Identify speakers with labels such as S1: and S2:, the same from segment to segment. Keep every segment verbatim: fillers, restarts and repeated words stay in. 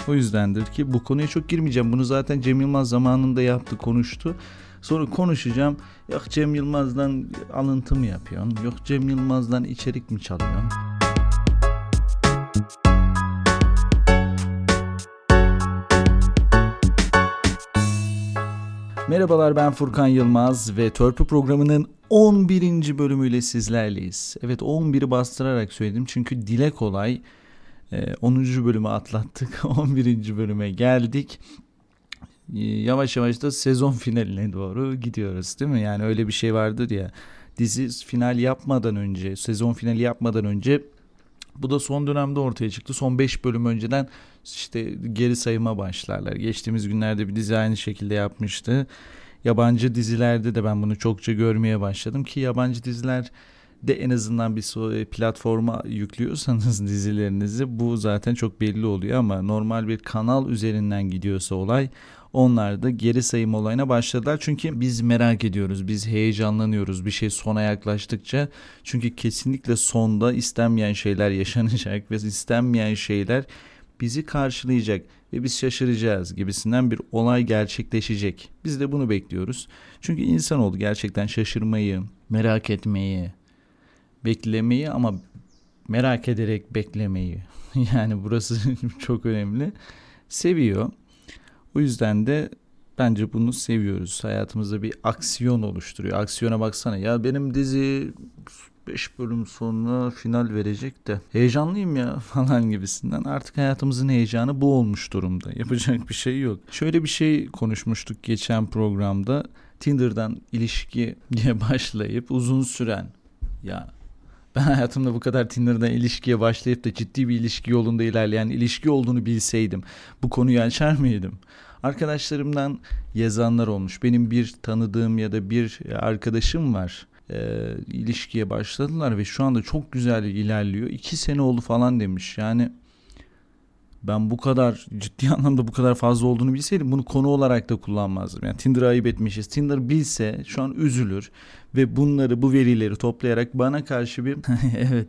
S1: O yüzdendir ki bu konuya çok girmeyeceğim. Bunu zaten Cem Yılmaz zamanında yaptı, konuştu. Sonra konuşacağım. Yok Cem Yılmaz'dan alıntı mı yapıyorsun? Yok Cem Yılmaz'dan içerik mi çalıyorsun? Merhabalar, ben Furkan Yılmaz ve Törpü programının on birinci bölümüyle sizlerleyiz. Evet, on biri bastırarak söyledim çünkü dile kolay. onuncu bölümü atlattık. on birinci bölüme geldik. Yavaş yavaş da sezon finaline doğru gidiyoruz, değil mi? Yani öyle bir şey vardır ya. Dizi final yapmadan önce, sezon finali yapmadan önce, bu da son dönemde ortaya çıktı. Son beş bölüm önceden işte geri sayıma başlarlar. Geçtiğimiz günlerde bir dizi aynı şekilde yapmıştı. Yabancı dizilerde de ben bunu çokça görmeye başladım ki yabancı diziler de en azından bir platforma yüklüyorsanız dizilerinizi bu zaten çok belli oluyor, ama normal bir kanal üzerinden gidiyorsa olay, onlar da geri sayım olayına başladılar. Çünkü biz merak ediyoruz, biz heyecanlanıyoruz bir şey sona yaklaştıkça. Çünkü kesinlikle sonda istenmeyen şeyler yaşanacak ve istenmeyen şeyler bizi karşılayacak ve biz şaşıracağız gibisinden bir olay gerçekleşecek. Biz de bunu bekliyoruz. Çünkü insanoğlu gerçekten şaşırmayı, merak etmeyi, beklemeyi ama merak ederek beklemeyi, yani burası çok önemli, seviyor. O yüzden de bence bunu seviyoruz. Hayatımızda bir aksiyon oluşturuyor. Aksiyona baksana ya, benim dizi beş bölüm sonra final verecek de heyecanlıyım ya falan gibisinden. Artık hayatımızın heyecanı bu olmuş durumda. Yapacak bir şey yok. Şöyle bir şey konuşmuştuk geçen programda. Tinder'dan ilişkiye başlayıp uzun süren, ya ben hayatımda bu kadar Tinder'dan ilişkiye başlayıp da ciddi bir ilişki yolunda ilerleyen ilişki olduğunu bilseydim bu konuyu açar mıydım? Arkadaşlarımdan yazanlar olmuş. Benim bir tanıdığım ya da bir arkadaşım var. E, ilişkiye başladılar ve şu anda çok güzel ilerliyor. İki sene oldu falan demiş. Yani ben bu kadar ciddi anlamda bu kadar fazla olduğunu bilseydim bunu konu olarak da kullanmazdım. Yani Tinder'ı ayıp etmişiz. Tinder bilse şu an üzülür ve bunları, bu verileri toplayarak bana karşı bir evet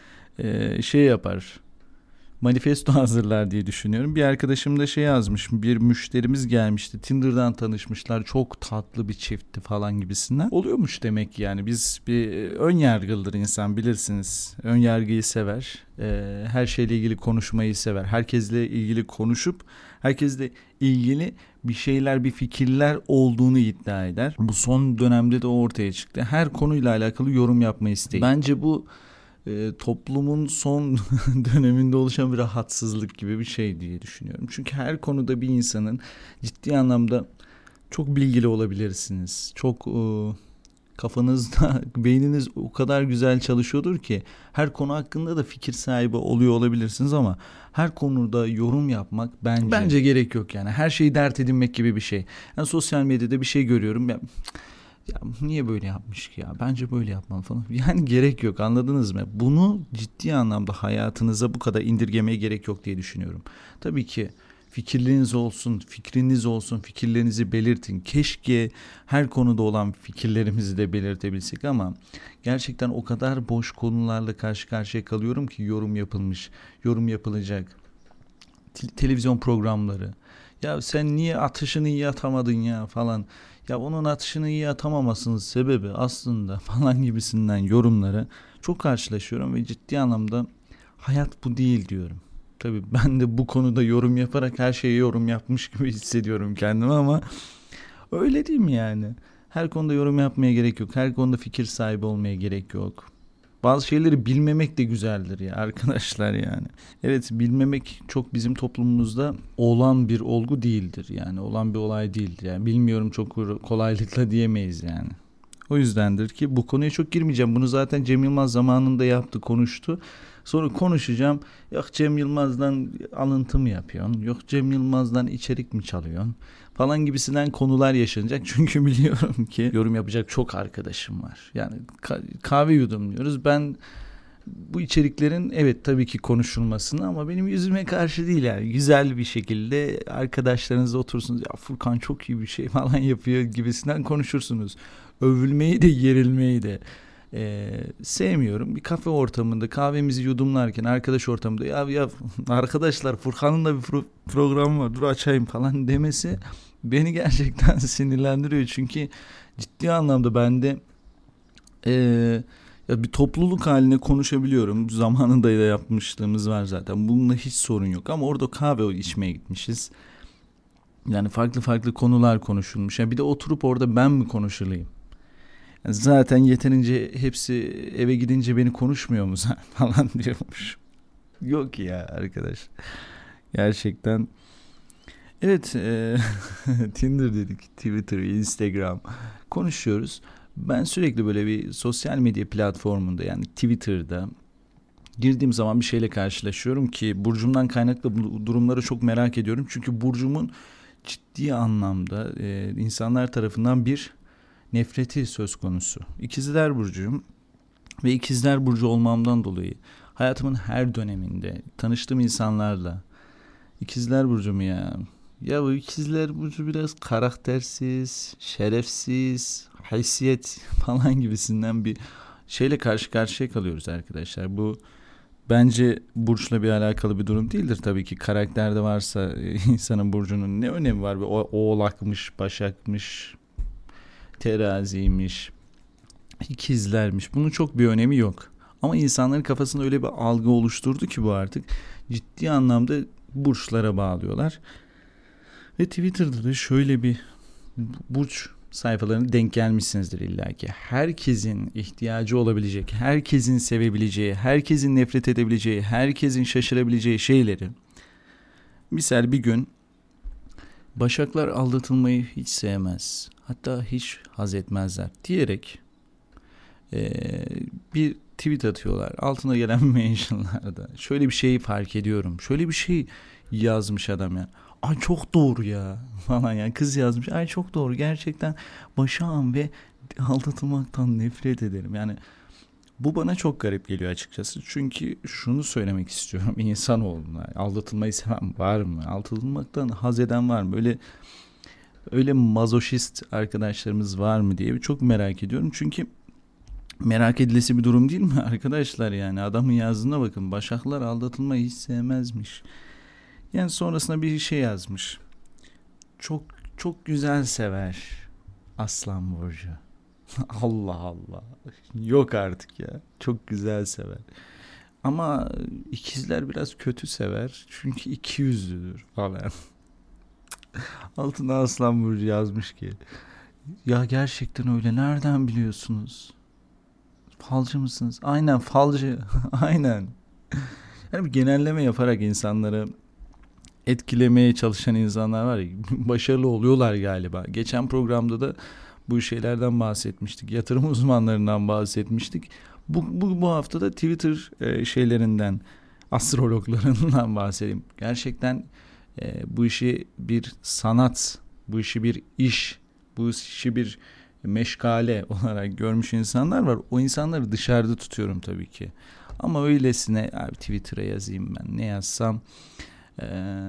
S1: e, şey yapar. Manifesto hazırlar diye düşünüyorum. Bir arkadaşım da şey yazmış. Bir müşterimiz gelmişti. Tinder'dan tanışmışlar. Çok tatlı bir çiftti falan gibisinden. Oluyormuş demek ki yani. Biz bir ön yargılıdır insan, bilirsiniz. Ön yargıyı sever. Ee, her şeyle ilgili konuşmayı sever. Herkesle ilgili konuşup herkesle ilgili bir şeyler, bir fikirler olduğunu iddia eder. Bu son dönemde de ortaya çıktı. Her konuyla alakalı yorum yapma isteği. Bence bu E, toplumun son döneminde oluşan bir rahatsızlık gibi bir şey diye düşünüyorum. Çünkü her konuda bir insanın ciddi anlamda çok bilgili olabilirsiniz. Çok e, kafanızda, beyniniz o kadar güzel çalışıyordur ki her konu hakkında da fikir sahibi oluyor olabilirsiniz, ama her konuda yorum yapmak bence bence gerek yok yani. Her şeyi dert edinmek gibi bir şey. Yani sosyal medyada bir şey görüyorum ya, ya niye böyle yapmış ki ya? Bence böyle yapmam falan. Yani gerek yok, anladınız mı? Bunu ciddi anlamda hayatınıza bu kadar indirgemeye gerek yok diye düşünüyorum. Tabii ki fikirleriniz olsun, fikriniz olsun, fikirlerinizi belirtin. Keşke her konuda olan fikirlerimizi de belirtebilsek, ama gerçekten o kadar boş konularla karşı karşıya kalıyorum ki yorum yapılmış, yorum yapılacak. Te- televizyon programları. Ya sen niye atışını iyi atamadın ya falan. Ya onun atışını iyi atamamasının sebebi aslında falan gibisinden yorumları çok karşılaşıyorum ve ciddi anlamda hayat bu değil diyorum. Tabii ben de bu konuda yorum yaparak her şeye yorum yapmış gibi hissediyorum kendimi, ama öyle değil mi yani? Her konuda yorum yapmaya gerek yok. Her konuda fikir sahibi olmaya gerek yok. Bazı şeyleri bilmemek de güzeldir ya arkadaşlar yani. Evet, bilmemek çok bizim toplumumuzda olan bir olgu değildir yani. Olan bir olay değildir yani. Bilmiyorum çok kolaylıkla diyemeyiz yani. O yüzdendir ki bu konuya çok girmeyeceğim. Bunu zaten Cem Yılmaz zamanında yaptı, konuştu. Sonra konuşacağım. Yok Cem Yılmaz'dan alıntı mı yapıyorsun? Yok Cem Yılmaz'dan içerik mi çalıyorsun? Falan gibisinden konular yaşanacak. Çünkü biliyorum ki yorum yapacak çok arkadaşım var. Yani kahve yudumluyoruz. Ben bu içeriklerin evet tabii ki konuşulmasını, ama benim yüzüme karşı değil yani. Güzel bir şekilde arkadaşlarınızla oturursunuz. Ya Furkan çok iyi bir şey falan yapıyor gibisinden konuşursunuz. Övülmeyi de, yerilmeyi de. Ee, sevmiyorum. Bir kafe ortamında kahvemizi yudumlarken arkadaş ortamında ya ya arkadaşlar Furkan'ın da bir pro- programı var dur açayım falan demesi beni gerçekten sinirlendiriyor. Çünkü ciddi anlamda bende ee, ya bir topluluk haline konuşabiliyorum. Zamanında da yapmışlığımız var zaten. Bununla hiç sorun yok ama orada kahve içmeye gitmişiz. Yani farklı farklı konular konuşulmuş. Yani bir de oturup orada ben mi konuşulayım? Yani zaten yeterince hepsi eve gidince beni konuşmuyor mu sen falan diyormuş. Yok ya arkadaş. Gerçekten. Evet e, Tinder dedik, Twitter, Instagram konuşuyoruz. Ben sürekli böyle bir sosyal medya platformunda yani Twitter'da girdiğim zaman bir şeyle karşılaşıyorum ki burcumdan kaynaklı bu durumları çok merak ediyorum. Çünkü burcumun ciddi anlamda e, insanlar tarafından bir nefreti söz konusu. İkizler burcuyum ve ikizler burcu olmamdan dolayı hayatımın her döneminde tanıştığım insanlarla ikizler burcu mu ya? Ya bu ikizler burcu biraz karaktersiz, şerefsiz, haysiyet falan gibisinden bir şeyle karşı karşıya kalıyoruz arkadaşlar. Bu bence burçla bir alakalı bir durum değildir. Tabii ki karakterde varsa insanın burcunun ne önemi var? O, oğlakmış, başakmış, teraziymiş, ikizlermiş. Bunun çok bir önemi yok. Ama insanların kafasında öyle bir algı oluşturdu ki bu artık ciddi anlamda burçlara bağlıyorlar. Ve Twitter'da da şöyle bir burç sayfalarına denk gelmişsinizdir illaki. Herkesin ihtiyacı olabilecek, herkesin sevebileceği, herkesin nefret edebileceği, herkesin şaşırabileceği şeyleri. Misal bir gün Başaklar aldatılmayı hiç sevmez. Hatta hiç haz etmezler diyerek ee, bir tweet atıyorlar. Altına gelen mentionlarda. Şöyle bir şeyi fark ediyorum. Şöyle bir şey yazmış adam ya. Ay çok doğru ya falan yani kız yazmış. Ay çok doğru gerçekten Başak'ım ve aldatılmaktan nefret ederim. Yani bu bana çok garip geliyor açıkçası. Çünkü şunu söylemek istiyorum insanoğluna. Aldatılmayı seven var mı? Aldatılmaktan haz eden var mı? Öyle öyle mazoşist arkadaşlarımız var mı diye çok merak ediyorum. Çünkü merak edilesi bir durum değil mi arkadaşlar yani adamın yazdığına bakın. Başaklar aldatılmayı hiç sevmezmiş. Yani sonrasında bir şey yazmış. Çok çok güzel sever Aslan burcu. Allah Allah. Yok artık ya. Çok güzel sever. Ama ikizler biraz kötü sever. Çünkü iki yüzlüdür falan. Altına Aslan burcu yazmış ki. Ya gerçekten öyle. Nereden biliyorsunuz? Falcı mısınız? Aynen falcı. Aynen. Yani bir genelleme yaparak insanları etkilemeye çalışan insanlar var ya, başarılı oluyorlar galiba. Geçen programda da bu şeylerden bahsetmiştik. Yatırım uzmanlarından bahsetmiştik. Bu, bu, bu hafta da Twitter e, şeylerinden, astrologlarından bahsedeyim. Gerçekten e, bu işi bir sanat, bu işi bir iş, bu işi bir meşgale olarak görmüş insanlar var. O insanları dışarıda tutuyorum tabii ki. Ama öylesine abi Twitter'a yazayım ben. Ne yazsam ee,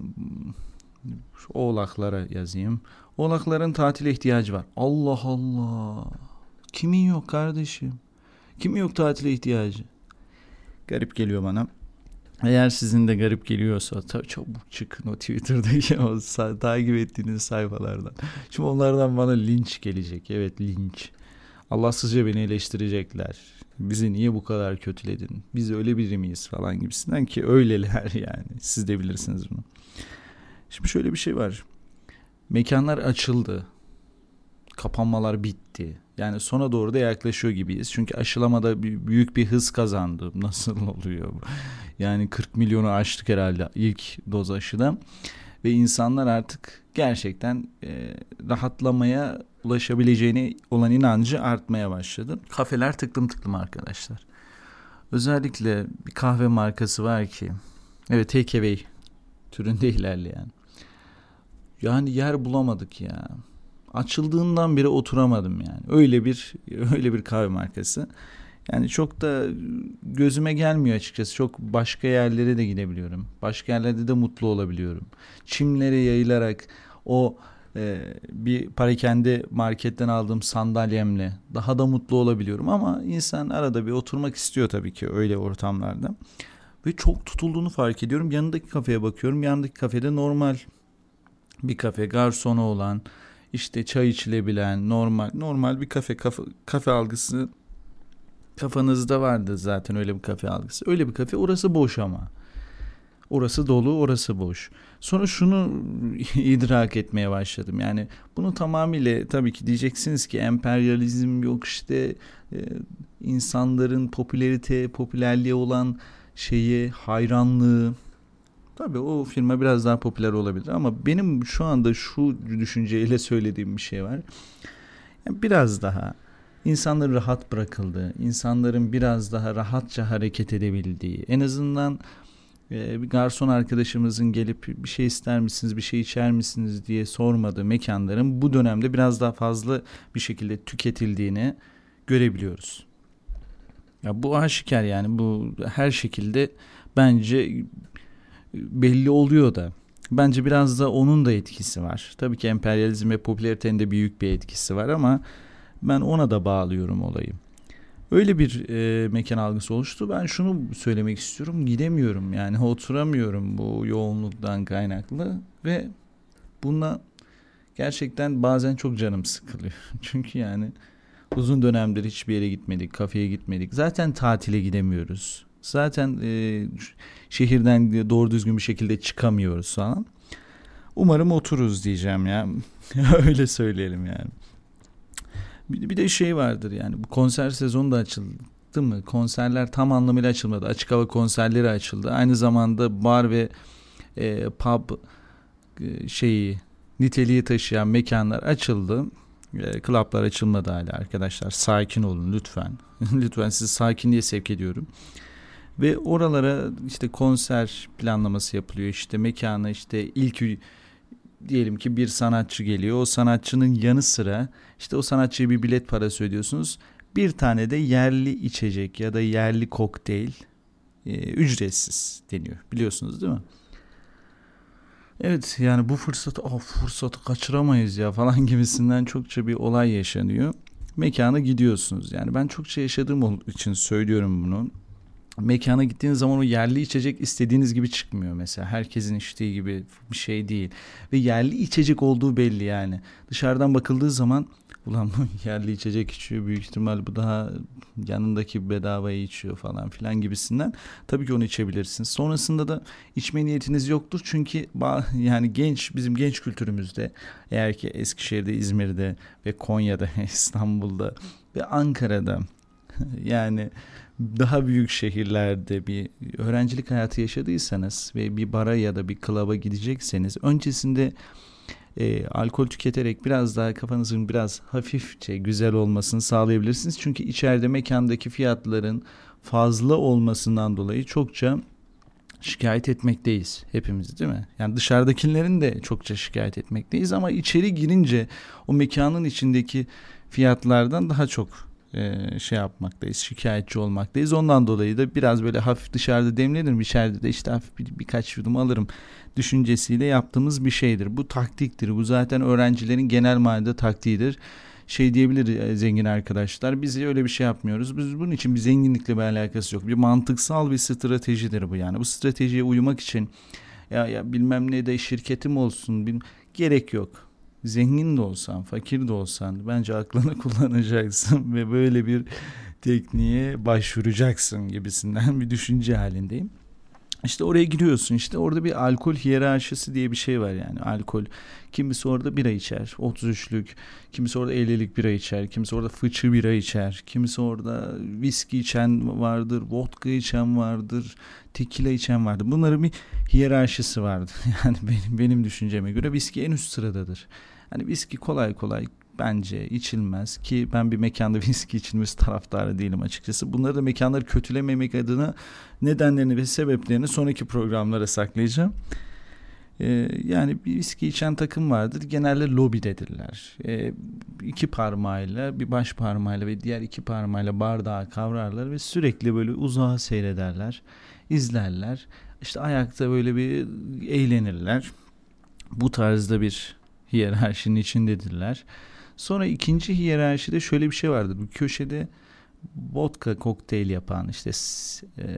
S1: Oğlaklara yazayım. Oğlakların tatile ihtiyacı var. Allah Allah. Kimin yok kardeşim? Kimin yok tatile ihtiyacı? Garip geliyor bana. Eğer sizin de garip geliyorsa tabii çabuk çıkın o Twitter'daki o sa- takip ettiğiniz sayfalardan. Şimdi onlardan bana linç gelecek. Evet linç. Allahsızca beni eleştirecekler. Bizi niye bu kadar kötüledin? Biz öyle biri miyiz falan gibisinden ki öyleler yani. Siz de bilirsiniz bunu. Şimdi şöyle bir şey var. Mekanlar açıldı. Kapanmalar bitti. Yani sona doğru da yaklaşıyor gibiyiz. Çünkü aşılamada büyük bir hız kazandı. Nasıl oluyor bu? Yani kırk milyonu aştık herhalde ilk doz aşıda. Ve insanlar artık gerçekten e, rahatlamaya ulaşabileceğine olan inancı artmaya başladı. Kafeler tıklım tıklım arkadaşlar. Özellikle bir kahve markası var ki, evet takeaway türünde ilerleyen. Yani yer bulamadık ya. Açıldığından beri oturamadım yani. Öyle bir öyle bir kahve markası. Yani çok da gözüme gelmiyor açıkçası. Çok başka yerlere de gidebiliyorum. Başka yerlerde de mutlu olabiliyorum. Çimlere yayılarak o e, bir parakende marketten aldığım sandalyemle daha da mutlu olabiliyorum. Ama insan arada bir oturmak istiyor tabii ki öyle ortamlarda. Ve çok tutulduğunu fark ediyorum. Yanındaki kafeye bakıyorum. Yanındaki kafede normal bir kafe, garsonu olan, işte çay içilebilen, normal normal bir kafe, kafe, kafe algısı kafanızda vardı zaten, öyle bir kafe algısı. Öyle bir kafe, orası boş ama. Orası dolu, orası boş. Sonra şunu idrak etmeye başladım. Yani bunu tamamıyla, tabii ki diyeceksiniz ki emperyalizm yok işte, e, insanların popülerite, popülerliğe olan şeyi, hayranlığı. Tabii o firma biraz daha popüler olabilir ama benim şu anda şu düşünceyle söylediğim bir şey var. Yani biraz daha insanların rahat bırakıldığı, insanların biraz daha rahatça hareket edebildiği, en azından e, bir garson arkadaşımızın gelip bir şey ister misiniz, bir şey içer misiniz diye sormadığı mekanların bu dönemde biraz daha fazla bir şekilde tüketildiğini görebiliyoruz. Ya bu aşikar, yani bu her şekilde bence belli oluyor da. Bence biraz da onun da etkisi var. Tabii ki emperyalizm ve popülaritenin de büyük bir etkisi var ama ben ona da bağlıyorum olayı. Öyle bir e, mekan algısı oluştu. Ben şunu söylemek istiyorum. Gidemiyorum, yani oturamıyorum bu yoğunluktan kaynaklı ve bununla gerçekten bazen çok canım sıkılıyor. Çünkü yani uzun dönemdir hiçbir yere gitmedik, kafeye gitmedik. Zaten tatile gidemiyoruz. Zaten e, şehirden doğru düzgün bir şekilde çıkamıyoruz falan. Umarım otururuz diyeceğim ya. Öyle söyleyelim yani. Bir, bir de şey vardır, yani bu konser sezonu da açıldı mı? Konserler tam anlamıyla açılmadı. Açık hava konserleri açıldı. Aynı zamanda bar ve e, pub e, şeyi niteliği taşıyan mekanlar açıldı. E, klaplar açılmadı hala arkadaşlar. Sakin olun lütfen. Lütfen sizi sakinliğe sevk ediyorum. Ve oralara işte konser planlaması yapılıyor. İşte mekana işte ilk diyelim ki bir sanatçı geliyor. O sanatçının yanı sıra işte o sanatçıya bir bilet parası ödüyorsunuz. Bir tane de yerli içecek ya da yerli kokteyl e, ücretsiz deniyor. Biliyorsunuz değil mi? Evet, yani bu fırsatı oh, fırsatı kaçıramayız ya falan gibisinden çokça bir olay yaşanıyor. Mekana gidiyorsunuz. Yani ben çokça yaşadığım için söylüyorum bunu. Mekana gittiğiniz zaman o yerli içecek istediğiniz gibi çıkmıyor mesela. Herkesin içtiği gibi bir şey değil. Ve yerli içecek olduğu belli yani. Dışarıdan bakıldığı zaman ulan bu yerli içecek içiyor, büyük ihtimal bu daha yanındaki bedavayı içiyor falan filan gibisinden. Tabii ki onu içebilirsiniz. Sonrasında da içme niyetiniz yoktur. Çünkü yani genç, bizim genç kültürümüzde, eğer ki Eskişehir'de, İzmir'de ve Konya'da, İstanbul'da ve Ankara'da yani daha büyük şehirlerde bir öğrencilik hayatı yaşadıysanız ve bir bara ya da bir klaba gidecekseniz öncesinde e, alkol tüketerek biraz daha kafanızın biraz hafifçe güzel olmasını sağlayabilirsiniz. Çünkü içeride mekandaki fiyatların fazla olmasından dolayı çokça şikayet etmekteyiz hepimiz, değil mi? Yani dışarıdakilerin de çokça şikayet etmekteyiz ama içeri girince o mekanın içindeki fiyatlardan daha çok Ee, şey yapmaktayız, şikayetçi olmaktayız. Ondan dolayı da biraz böyle hafif dışarıda demlenirim, içeride de işte hafif bir, birkaç yudum alırım düşüncesiyle yaptığımız bir şeydir. Bu taktiktir. Bu zaten öğrencilerin genel manada taktiğidir. Şey diyebilir zengin arkadaşlar, biz öyle bir şey yapmıyoruz. Biz bunun için bir zenginlikle bir alakası yok. Bir mantıksal bir stratejidir bu yani. Bu stratejiye uymak için ya, ya bilmem ne de şirketim olsun bilmem, gerek yok. Zengin de olsan, fakir de olsan bence aklını kullanacaksın ve böyle bir tekniğe başvuracaksın gibisinden bir düşünce halindeyim. İşte oraya giriyorsun, işte orada bir alkol hiyerarşisi diye bir şey var yani. Alkol, kimisi orada bira içer otuz üçlük, kimisi orada ellilik bira içer, kimisi orada fıçı bira içer, kimisi orada viski içen vardır, vodka içen vardır, tekila içen vardır. Bunların bir hiyerarşisi vardır. Yani benim, benim düşünceme göre viski en üst sıradadır. Hani viski kolay kolay bence içilmez ki ben bir mekanda viski içilmesi taraftarı değilim açıkçası. Bunları da mekanları kötülememek adına nedenlerini ve sebeplerini sonraki programlara saklayacağım. Ee, yani bir viski içen takım vardır. Genelde lobidedirler. Ee, iki parmağıyla, bir baş parmağıyla ve diğer iki parmağıyla bardağı kavrarlar ve sürekli böyle uzağa seyrederler, izlerler. İşte ayakta böyle bir eğlenirler. Bu tarzda bir hiyerarşinin içindedirler. Sonra ikinci hiyerarşide şöyle bir şey vardır. Bu köşede vodka kokteyl yapan işte e,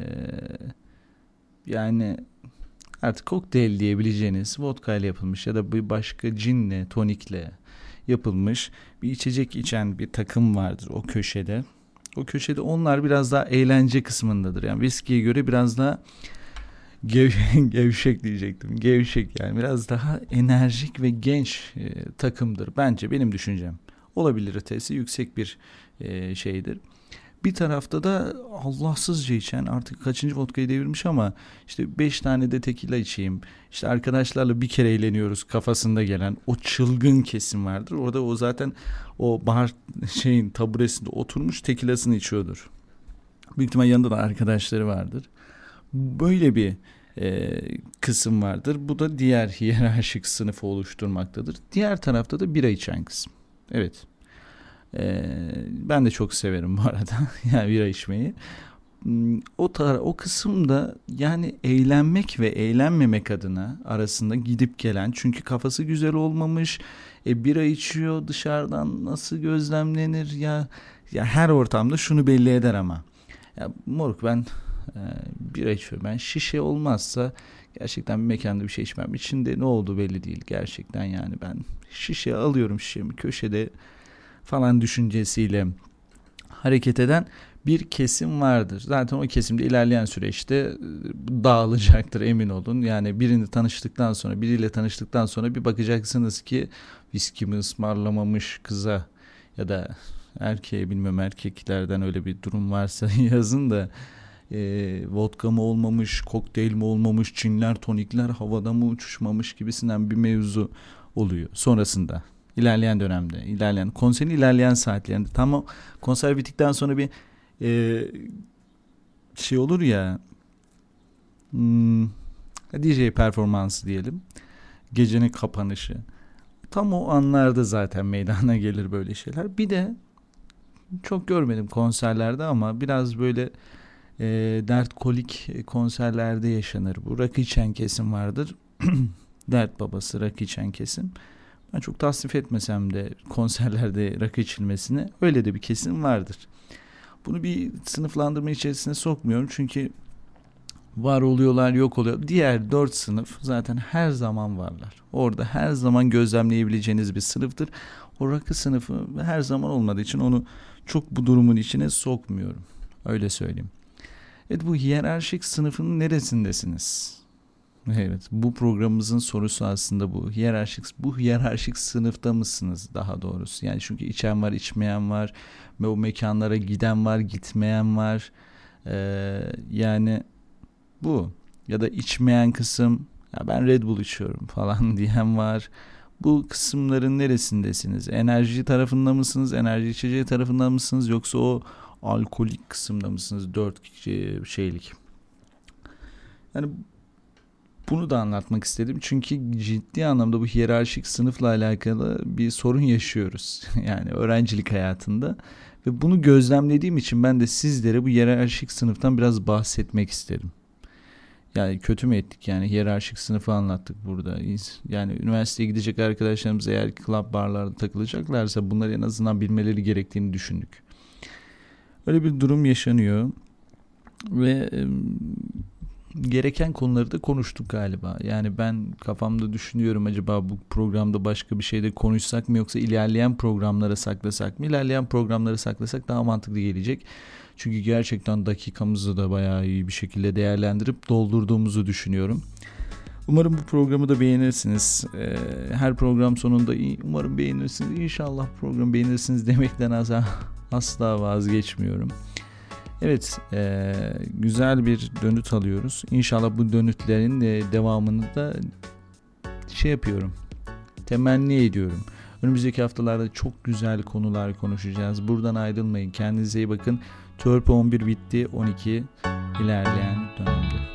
S1: yani artık kokteyl diyebileceğiniz vodka ile yapılmış ya da bir başka cinle, tonikle yapılmış bir içecek içen bir takım vardır o köşede. O köşede onlar biraz daha eğlence kısmındadır. Yani viskiye göre biraz daha gev gevşek diyecektim. Gevşek yani biraz daha enerjik ve genç e, takımdır. Bence benim düşüncem. Olabiliritesi yüksek bir e, şeydir. Bir tarafta da Allahsızca içen artık kaçıncı vodkayı devirmiş ama işte beş tane de tekila içeyim. İşte arkadaşlarla bir kere eğleniyoruz kafasında gelen o çılgın kesim vardır. Orada o zaten o bar şeyin taburesinde oturmuş tekilasını içiyordur. Büyük ihtimal yanında da arkadaşları vardır. Böyle bir e, kısım vardır. Bu da diğer hiyerarşik sınıfı oluşturmaktadır. Diğer tarafta da bira içen kısım. Evet. Ee, ben de çok severim bu arada yani bira içmeyi. O tar- o kısımda yani eğlenmek ve eğlenmemek adına arasında gidip gelen, çünkü kafası güzel olmamış, e, bira içiyor, dışarıdan nasıl gözlemlenir ya, ya her ortamda şunu belli eder ama ya moruk ben e, bira içiyorum, ben şişe olmazsa gerçekten bir mekanda bir şey içmem, içinde ne olduğu belli değil gerçekten. Yani ben şişe alıyorum, şişemi köşede falan düşüncesiyle hareket eden bir kesim vardır. Zaten o kesimde ilerleyen süreçte dağılacaktır, emin olun. Yani birini tanıştıktan sonra, biriyle tanıştıktan sonra bir bakacaksınız ki viski mi ısmarlamamış kıza ya da erkeğe, bilmiyorum erkeklerden öyle bir durum varsa yazın da e, vodka mı olmamış, kokteyl mi olmamış, çinler, tonikler havada mı uçuşmamış gibisinden bir mevzu oluyor sonrasında. İlerleyen dönemde, ilerleyen konserin ilerleyen saatlerinde, tam o konser bittikten sonra bir e, şey olur ya, hmm, D J performansı diyelim, gecenin kapanışı, tam o anlarda zaten meydana gelir böyle şeyler. Bir de çok görmedim konserlerde ama biraz böyle e, dertkolik konserlerde yaşanır bu. Rakı içen kesim vardır. Dert babası rakı içen kesim. Ben çok tasnif etmesem de konserlerde rakı içilmesini, öyle de bir kesim vardır. Bunu bir sınıflandırma içerisine sokmuyorum çünkü var oluyorlar, yok oluyor. Diğer dört sınıf zaten her zaman varlar. Orada her zaman gözlemleyebileceğiniz bir sınıftır. O rakı sınıfı her zaman olmadığı için onu çok bu durumun içine sokmuyorum. Öyle söyleyeyim. Evet, bu hiyerarşik sınıfın neresindesiniz? Evet, bu programımızın sorusu aslında bu. Hiyerarşik, bu hiyerarşik sınıfta mısınız daha doğrusu? Yani çünkü içen var, içmeyen var ve o mekanlara giden var, gitmeyen var. Ee, yani bu ya da içmeyen kısım, ya ben Red Bull içiyorum falan diyen var. Bu kısımların neresindesiniz? Enerji tarafında mısınız? Enerji içeceği tarafında mısınız? Yoksa o alkolik kısımda mısınız? Dört şeylik. Yani bunu da anlatmak istedim. Çünkü ciddi anlamda bu hiyerarşik sınıfla alakalı bir sorun yaşıyoruz. Yani öğrencilik hayatında. Ve bunu gözlemlediğim için ben de sizlere bu hiyerarşik sınıftan biraz bahsetmek istedim. Yani kötü mü ettik, yani hiyerarşik sınıfı anlattık burada. Yani üniversiteye gidecek arkadaşlarımız eğer club barlarda takılacaklarsa bunları en azından bilmeleri gerektiğini düşündük. Öyle bir durum yaşanıyor. Ve gereken konuları da konuştuk galiba. Yani ben kafamda düşünüyorum, acaba bu programda başka bir şeyde konuşsak mı, yoksa ilerleyen programlara saklasak mı? İlerleyen programlara saklasak daha mantıklı gelecek. Çünkü gerçekten dakikamızı da bayağı iyi bir şekilde değerlendirip doldurduğumuzu düşünüyorum. Umarım bu programı da beğenirsiniz. Her program sonunda umarım beğenirsiniz, İnşallah programı beğenirsiniz demekten asla vazgeçmiyorum. Evet, e, güzel bir dönüt alıyoruz. İnşallah bu dönütlerin de devamını da şey yapıyorum, temenni ediyorum. Önümüzdeki haftalarda çok güzel konular konuşacağız. Buradan ayrılmayın. Kendinize iyi bakın. Törpü on bir bitti. on iki ilerleyen dönemde.